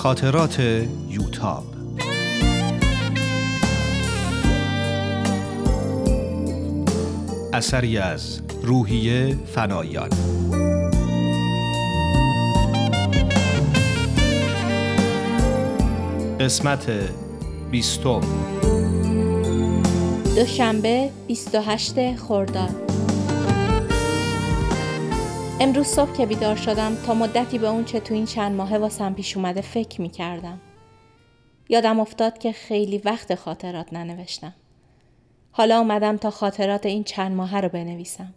خاطرات یوتاب. اثری از روحیه فنایان. قسمت 20. دوشنبه 28 خرداد. امروز صبح که بیدار شدم تا مدتی به اون چه تو این چند ماهه واسم پیش اومده فکر می‌کردم. یادم افتاد که خیلی وقت خاطرات ننوشتم. حالا اومدم تا خاطرات این چند ماهه رو بنویسم.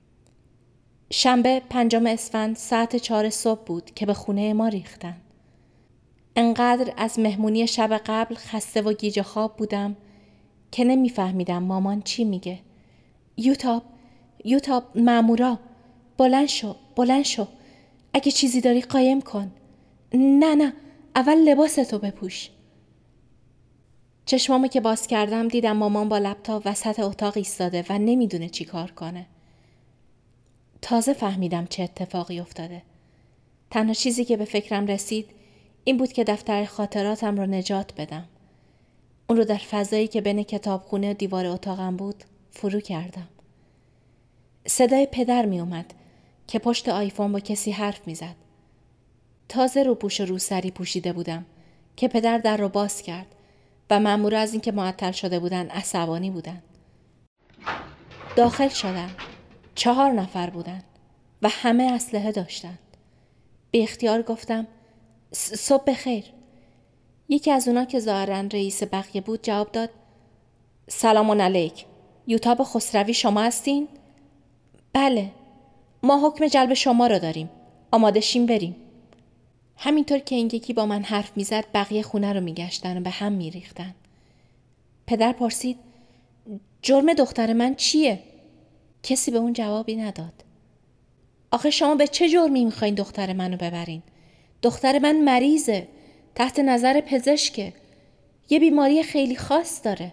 شنبه 5 اسفند ساعت 4 صبح بود که به خونه ما ریختن. انقدر از مهمونی شب قبل خسته و گیج خواب بودم که نمیفهمیدم مامان چی میگه. یوتاب مامورا، بلند شو، اگه چیزی داری قایم کن. نه اول لباستو بپوش. چشمامو که باز کردم دیدم مامان با لپتاپ وسط اتاق ایستاده و نمیدونه چی کار کنه. تازه فهمیدم چه اتفاقی افتاده. تنها چیزی که به فکرم رسید این بود که دفتر خاطراتم رو نجات بدم. اون رو در فضایی که بین کتابخونه و دیوار اتاقم بود فرو کردم. صدای پدر می اومد که پشت آیفون با کسی حرف می زد. تازه روپوش و روسری پوشیده بودم که پدر در رو باز کرد و مامورا از اینکه معطل شده بودن عصبانی بودن. داخل شدن. 4 نفر بودن و همه اسلحه داشتن. به اختیار گفتم صبح بخیر. یکی از اونا که ظاهراً رئیس بقیه بود جواب داد سلام علیک. یوتاب خسروی شما هستین؟ بله. ما حکم جلب شما رو داریم. آماده شیم بریم. همینطور که این یکی با من حرف میزد بقیه خونه رو میگشتن و به هم میریختن. پدر پرسید جرم دختر من چیه؟ کسی به اون جوابی نداد. آخه شما به چه جرمی میخواین دختر منو ببرین؟ دختر من مریضه. تحت نظر پزشکه. یه بیماری خیلی خاص داره.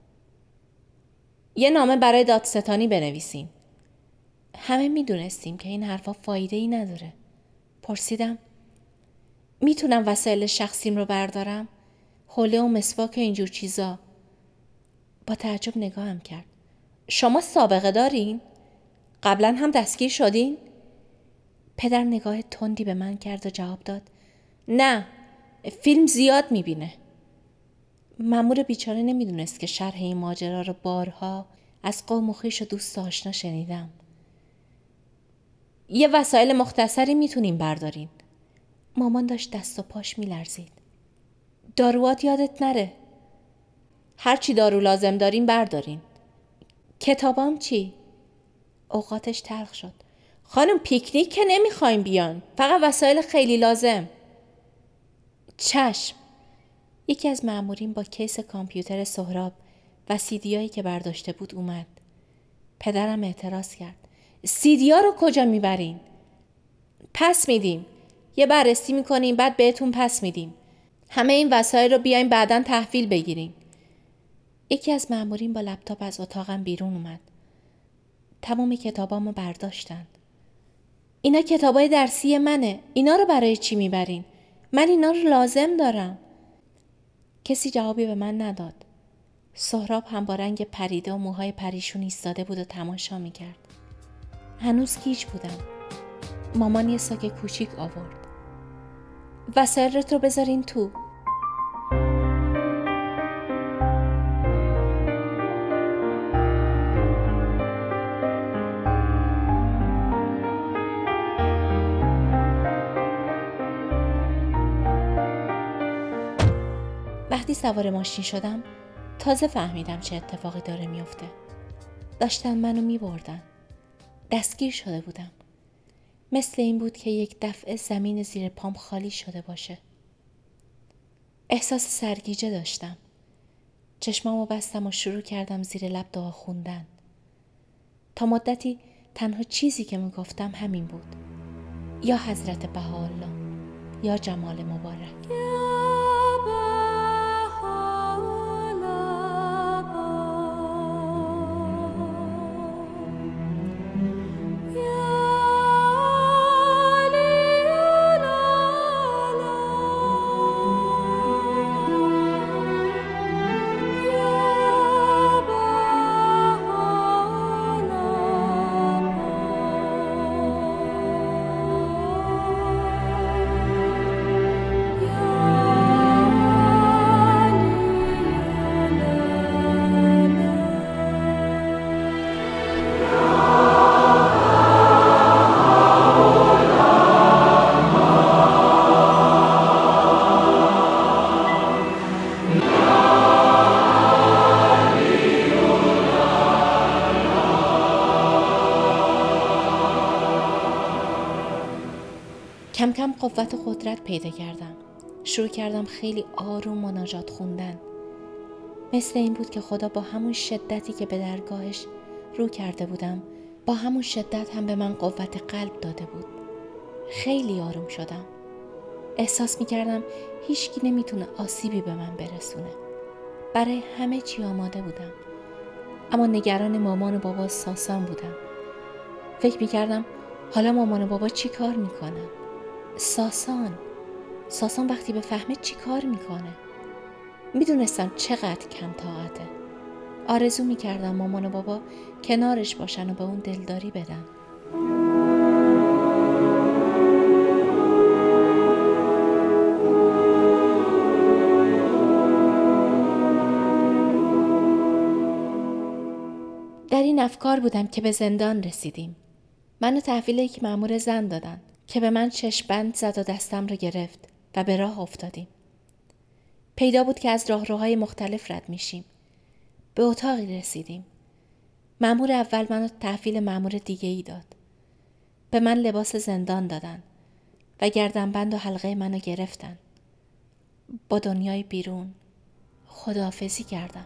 یه نامه برای دادستانی بنویسین. همه میدونستیم که این حرفا فایده‌ای نداره. پرسیدم میتونم وسایل شخصیم رو بردارم؟ حوله و مسواک و اینجور چیزا. با تعجب نگاهم کرد. شما سابقه دارین؟ قبلا هم دستگیر شدین؟ پدر نگاه تندی به من کرد و جواب داد نه، فیلم زیاد میبینه. مأمور بیچاره نمیدونست که شرح این ماجرا رو بارها از قوم و خویش و دوست آشنا شنیدم. یه وسایل مختصری میتونیم بردارین. مامان داشت دست و پاش میلرزید. داروات یادت نره. هر چی دارو لازم دارین بردارین. کتابام چی؟ اوقاتش تلخ شد. خانم پیکنیک که نمیخوایم بیان. فقط وسایل خیلی لازم. چشم. یکی از مامورین با کیس کامپیوتر سهراب و سیدیایی که برداشته بود اومد. پدرم اعتراض کرد. سیدیا رو کجا میبرین؟ پس میدیم. یه بررسی میکنیم بعد بهتون پس میدیم. همه این وسایل رو بیاین بعداً تحویل بگیرین. یکی از مامورین با لپتاپ از اتاقم بیرون اومد. تمام کتابامو برداشتن. اینا کتابای درسی منه. اینا رو برای چی میبرین؟ من اینا رو لازم دارم. کسی جوابی به من نداد. سهراب هم با رنگ پریده و موهای پریشون ایستاده بود و تماشا میکرد. هنوز گیج بودم. مامان یه ساک کوچیک آورد. وسایلت رو بذارین تو. وقتی سوار ماشین شدم تازه فهمیدم چه اتفاقی داره میفته. داشتن منو میبردن. دستگیر شده بودم. مثل این بود که یک دفعه زمین زیر پام خالی شده باشه. احساس سرگیجه داشتم. چشمامو بستم و شروع کردم زیر لب دعا خوندن. تا مدتی تنها چیزی که میگفتم همین بود. یا حضرت بهاءالله یا جمال مبارک. کم کم قوت و قدرت پیدا کردم. شروع کردم خیلی آروم مناجات خوندن. مثل این بود که خدا با همون شدتی که به درگاهش رو کرده بودم، با همون شدت هم به من قوت قلب داده بود. خیلی آروم شدم. احساس می‌کردم هیچکی نمیتونه آسیبی به من برسونه. برای همه چی آماده بودم. اما نگران مامان و بابا ساسان بودم. فکر می‌کردم حالا مامان و بابا چی کار میکنن؟ ساسان وقتی بفهمه چی کار میکنه؟ میدونستم چقدر کم طاقته. آرزو میکردم مامان و بابا کنارش باشن و به اون دلداری بدن. در این افکار بودم که به زندان رسیدیم. منو تحویل یک مأمور زن دادن که به من چشم‌بند زد و دستم رو گرفت و به راه افتادیم. پیدا بود که از راهروهای مختلف رد میشیم. به اتاقی رسیدیم. مأمور اول منو تحویل مأمور دیگه ای داد. به من لباس زندان دادن و گردنبند و حلقه منو گرفتن. با دنیای بیرون خداحافظی کردم.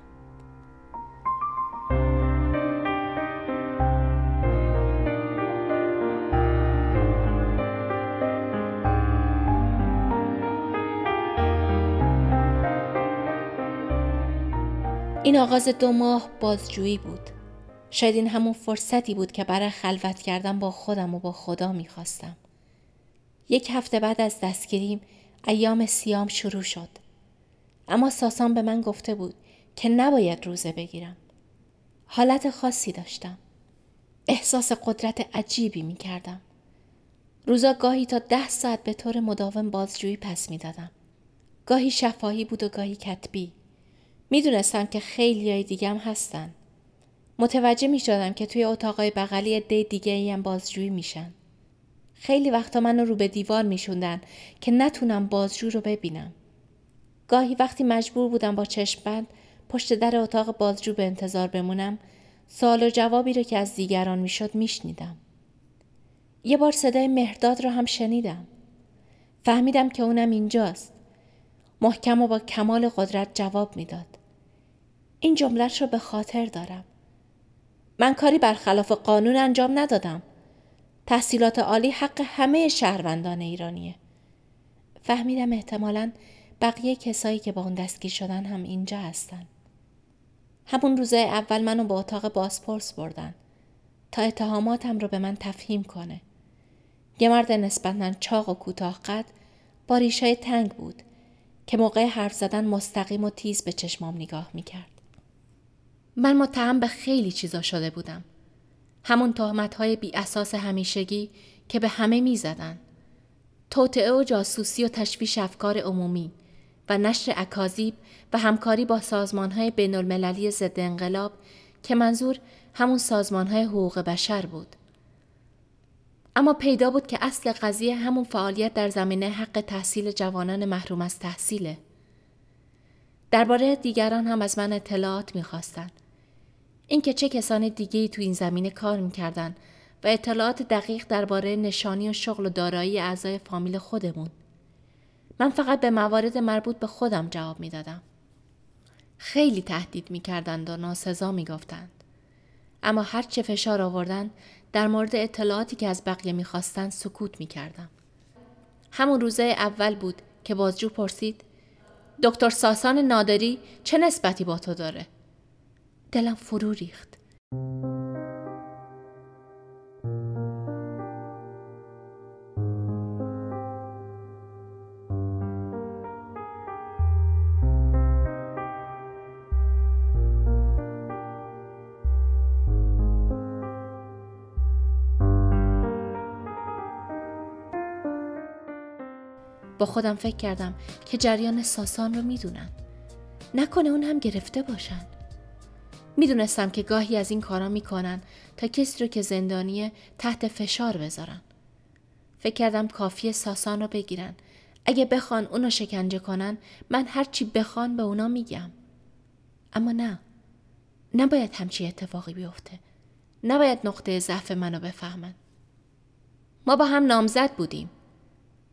این آغاز 2 ماه بازجویی بود. شاید این همون فرصتی بود که برای خلوت کردن با خودم و با خدا میخواستم. 1 هفته بعد از دستگیریم ایام صیام شروع شد. اما ساسان به من گفته بود که نباید روزه بگیرم. حالت خاصی داشتم. احساس قدرت عجیبی میکردم. روزا گاهی تا 10 ساعت به طور مداوم بازجویی پس میدادم. گاهی شفاهی بود و گاهی کتبی. میدونستم که خیلیای دیگه هم هستن. متوجه میشدم که توی اتاقای بغلی عده دیگه ای هم بازجویی میشن. خیلی وقتا منو رو به دیوار میشوندن که نتونم بازجو رو ببینم. گاهی وقتی مجبور بودم با چشم‌بند پشت در اتاق بازجو به انتظار بمونم، سوال و جوابی رو که از دیگران میشد میشنیدم. یه بار صدای مهرداد رو هم شنیدم. فهمیدم که اونم اینجاست. محکم و با کمال قدرت جواب میداد. این جمله‌اش رو به خاطر دارم. من کاری برخلاف قانون انجام ندادم. تحصیلات عالی حق همه شهروندان ایرانیه. فهمیدم احتمالاً بقیه کسایی که با اون دستگیر شدن هم اینجا هستن. همون روزای اول منو به اتاق بازپرس بردن تا اتهاماتم رو به من تفهیم کنه. یه مرد نسبتاً چاق و کوتاه قد با ریشای تنگ بود که موقع حرف زدن مستقیم و تیز به چشمام نگاه میکرد. من متهم به خیلی چیزا شده بودم. همون تهمت‌های بی اساس همیشگی که به همه میزدن. توطئه و جاسوسی و تشویش افکار عمومی و نشر اکاذیب و همکاری با سازمان‌های بین‌المللی ضد انقلاب که منظور همون سازمان‌های حقوق بشر بود. اما پیدا بود که اصل قضیه همون فعالیت در زمینه حق تحصیل جوانان محروم از تحصیله. درباره دیگران هم از من اطلاعات می‌خواستن. اینکه چه کسان دیگه‌ای تو این زمینه کار می‌کردن و اطلاعات دقیق درباره نشانی و شغل و دارایی اعضای فامیل خودمون. من فقط به موارد مربوط به خودم جواب میدادم. خیلی تهدید می‌کردند و ناسزا می‌گفتند. اما هر چه فشار آوردن در مورد اطلاعاتی که از بقیه می‌خواستن سکوت می‌کردم. همون روزه اول بود که بازجو پرسید دکتر ساسان نادری چه نسبتی با تو داره؟ دلم فرو ریخت. با خودم فکر کردم که جریان ساسان رو میدونن. نکنه اون هم گرفته باشن. میدونستم که گاهی از این کارا میکنن تا کسی رو که زندانیه تحت فشار بذارن. فکر کردم کافیه ساسان رو بگیرن. اگه بخوان اونو شکنجه کنن من هرچی بخوان به اونا میگم. اما نه. نباید همچی اتفاقی بیفته. نباید نقطه ضعف منو بفهمن. ما با هم نامزد بودیم.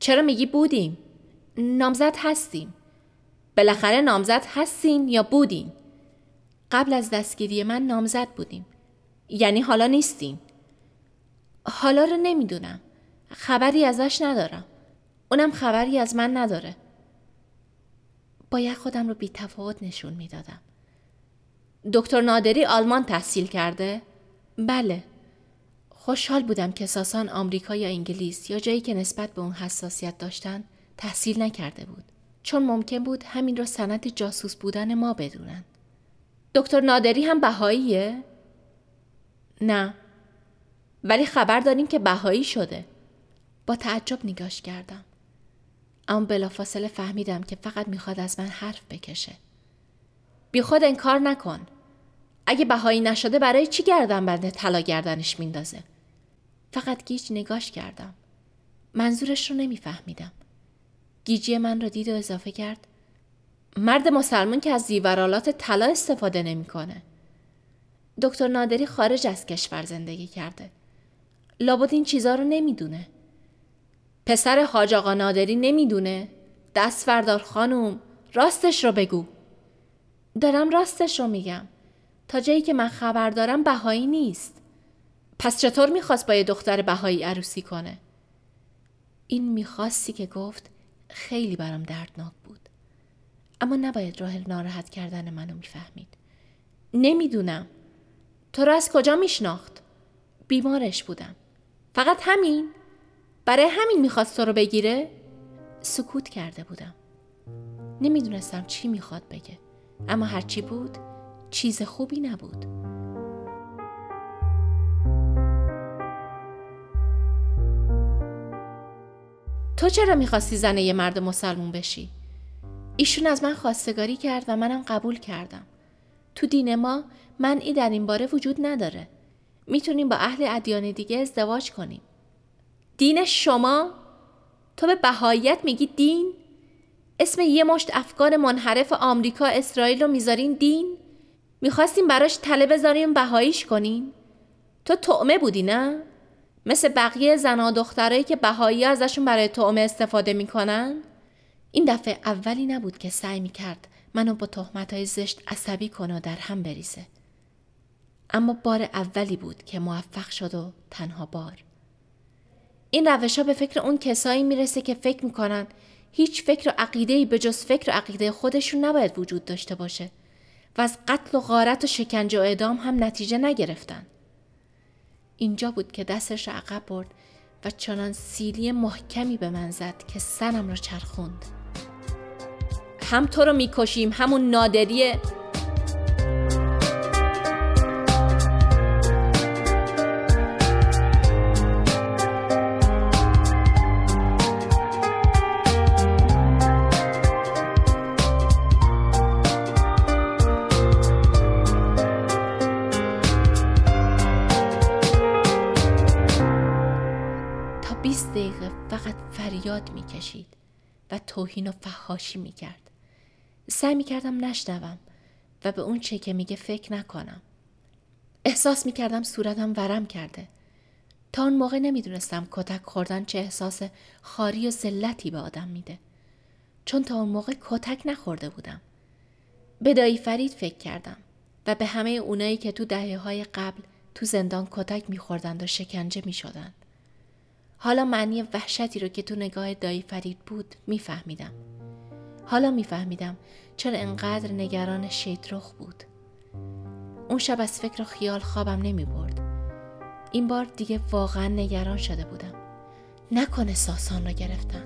چرا میگی بودیم؟ نامزد هستیم. بالاخره نامزد هستین یا بودین؟ قبل از دستگیری من نامزد بودیم. یعنی حالا نیستین؟ حالا رو نمیدونم. خبری ازش ندارم. اونم خبری از من نداره. باید خودم رو بی تفاوت نشون میدادم. دکتر نادری آلمان تحصیل کرده؟ بله. خوشحال بودم که ساسان آمریکا یا انگلیس یا جایی که نسبت به اون حساسیت داشتن تحصیل نکرده بود. چون ممکن بود همین رو سند جاسوس بودن ما بدونن. دکتر نادری هم بهاییه؟ نه. ولی خبر داریم که بهایی شده. با تعجب نگاش کردم. اما بلافاصله فهمیدم که فقط میخواد از من حرف بکشه. بی خود انکار نکن. اگه بهایی نشده برای چی گردنبند طلا گردنش میندازه؟ فقط گیج نگاش کردم. منظورش رو نمیفهمیدم. گیجی من رو دید و اضافه کرد. مرد مسلمان که از زیورالات طلا استفاده نمیکنه. دکتر نادری خارج از کشور زندگی کرده. لابد این چیزا رو نمیدونه. پسر حاج آقا نادری نمیدونه؟ دستفردار خانوم، راستش رو بگو. دارم راستش رو میگم. تا جایی که من خبر دارم بهایی نیست. پس چطور میخواست با یه دختر بهایی عروسی کنه؟ این میخواستی که گفت خیلی برام دردناک بود. اما نباید راه ناراحت کردن منو میفهمید. نمیدونم. تو رو از کجا میشناخت؟ بیمارش بودم. فقط همین؟ برای همین میخواست تو رو بگیره؟ سکوت کرده بودم. نمیدونستم چی میخواد بگه. اما هرچی بود چیز خوبی نبود. تو چرا میخواستی زن یه مرد مسلمون بشی؟ ایشون از من خواستگاری کرد و منم قبول کردم. تو دین ما منعی در این باره وجود نداره. میتونیم با اهل ادیان دیگه ازدواج کنیم. دین شما؟ تو به بهاییت میگی دین؟ اسم یه مشت افکار منحرف آمریکا اسرائیل رو میذارین دین؟ میخواستیم براش تله بذاریم بهاییش کنین؟ تو طعمه بودی نه؟ مثل بقیه زنها و دخترایی که بهایی ازشون برای طعمه استفاده میکنن؟ این دفعه اولی نبود که سعی میکرد منو با تهمت‌های زشت عصبی کنه و در هم بریزه. اما بار اولی بود که موفق شد و تنها بار. این روشا به فکر اون کسایی میرسه که فکر میکنن هیچ فکر و عقیده‌ای به جز فکر و عقیده خودشون نباید وجود داشته باشه و از قتل و غارت و شکنجه و اعدام هم نتیجه نگرفتن. اینجا بود که دستش رو عقب برد و چنان سیلی محکمی به من زد که سرم رو چرخوند. هم تو رو میکشیم همون نادریه. تا 20 دقیقه فقط فریاد میکشید و توهین و فحاشی میکرد. سعی میکردم نشنوم و به اون چه که میگه فکر نکنم. احساس میکردم صورتم ورم کرده. تا اون موقع نمیدونستم کتک خوردن چه احساس خاری و ذلتی به آدم میده. چون تا اون موقع کتک نخورده بودم. به دایی فرید فکر کردم و به همه اونایی که تو دهه‌های قبل تو زندان کتک میخوردند و شکنجه میشدند. حالا معنی وحشتی رو که تو نگاه دایی فرید بود میفهمیدم. حالا میفهمیدم چرا انقدر نگران شیطرخ بود. اون شب از فکر و خیال خوابم نمی برد. این بار دیگه واقعا نگران شده بودم. نکنه ساسان رو گرفتن.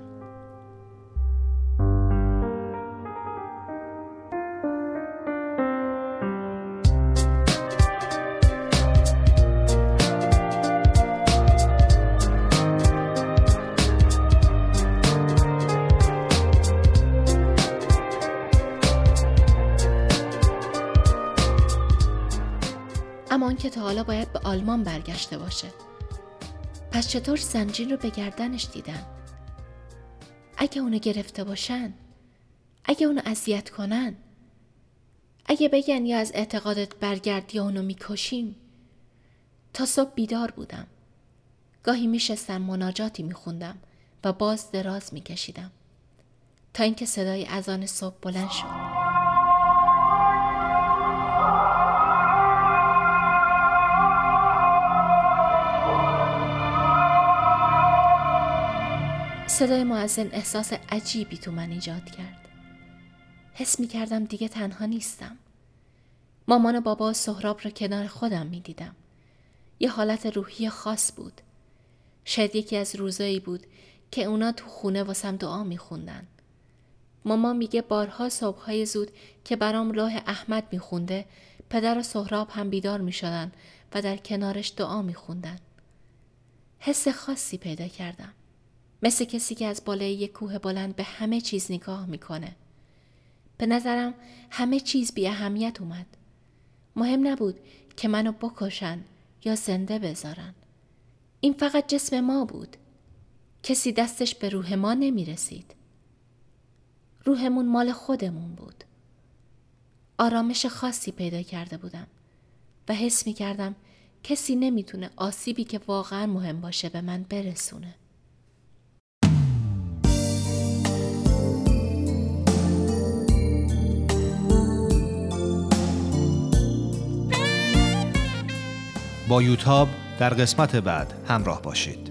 اما اون که تا حالا باید به آلمان برگشته باشه. پس چطور زنجیر رو به گردنش دیدن؟ اگه اونو گرفته باشن؟ اگه اونو اذیت کنن؟ اگه بگن یا از اعتقادت برگرد یا اونو میکشیم؟ تا صبح بیدار بودم. گاهی میشستم مناجاتی میخوندم و باز دراز می‌کشیدم تا اینکه صدای اذان صبح بلند شد. صدای مؤذن احساس عجیبی تو من ایجاد کرد. حس می کردم دیگه تنها نیستم. مامان و بابا و سهراب رو کنار خودم می دیدم. یه حالت روحی خاص بود. شاید یکی از روزایی بود که اونا تو خونه واسم دعا می خوندن. ماما میگه بارها صبحهای زود که برام لوح احمد می خونده، پدر و سهراب هم بیدار می شدن و در کنارش دعا می خوندن. حس خاصی پیدا کردم. مثل کسی که از بالای یک کوه بلند به همه چیز نگاه میکنه. به نظرم همه چیز بی اهمیت اومد. مهم نبود که منو بکشن یا زنده بذارن. این فقط جسم ما بود. کسی دستش به روح ما نمیرسید. روحمون مال خودمون بود. آرامش خاصی پیدا کرده بودم و حس میکردم کسی نمیتونه آسیبی که واقعا مهم باشه به من برسونه. با یوتاب در قسمت بعد همراه باشید.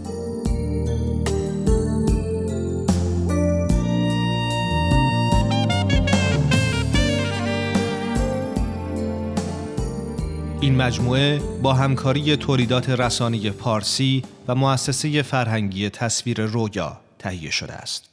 این مجموعه با همکاری تولیدات رسانه‌ای پارسی و مؤسسه فرهنگی تصویر رویا تهیه شده است.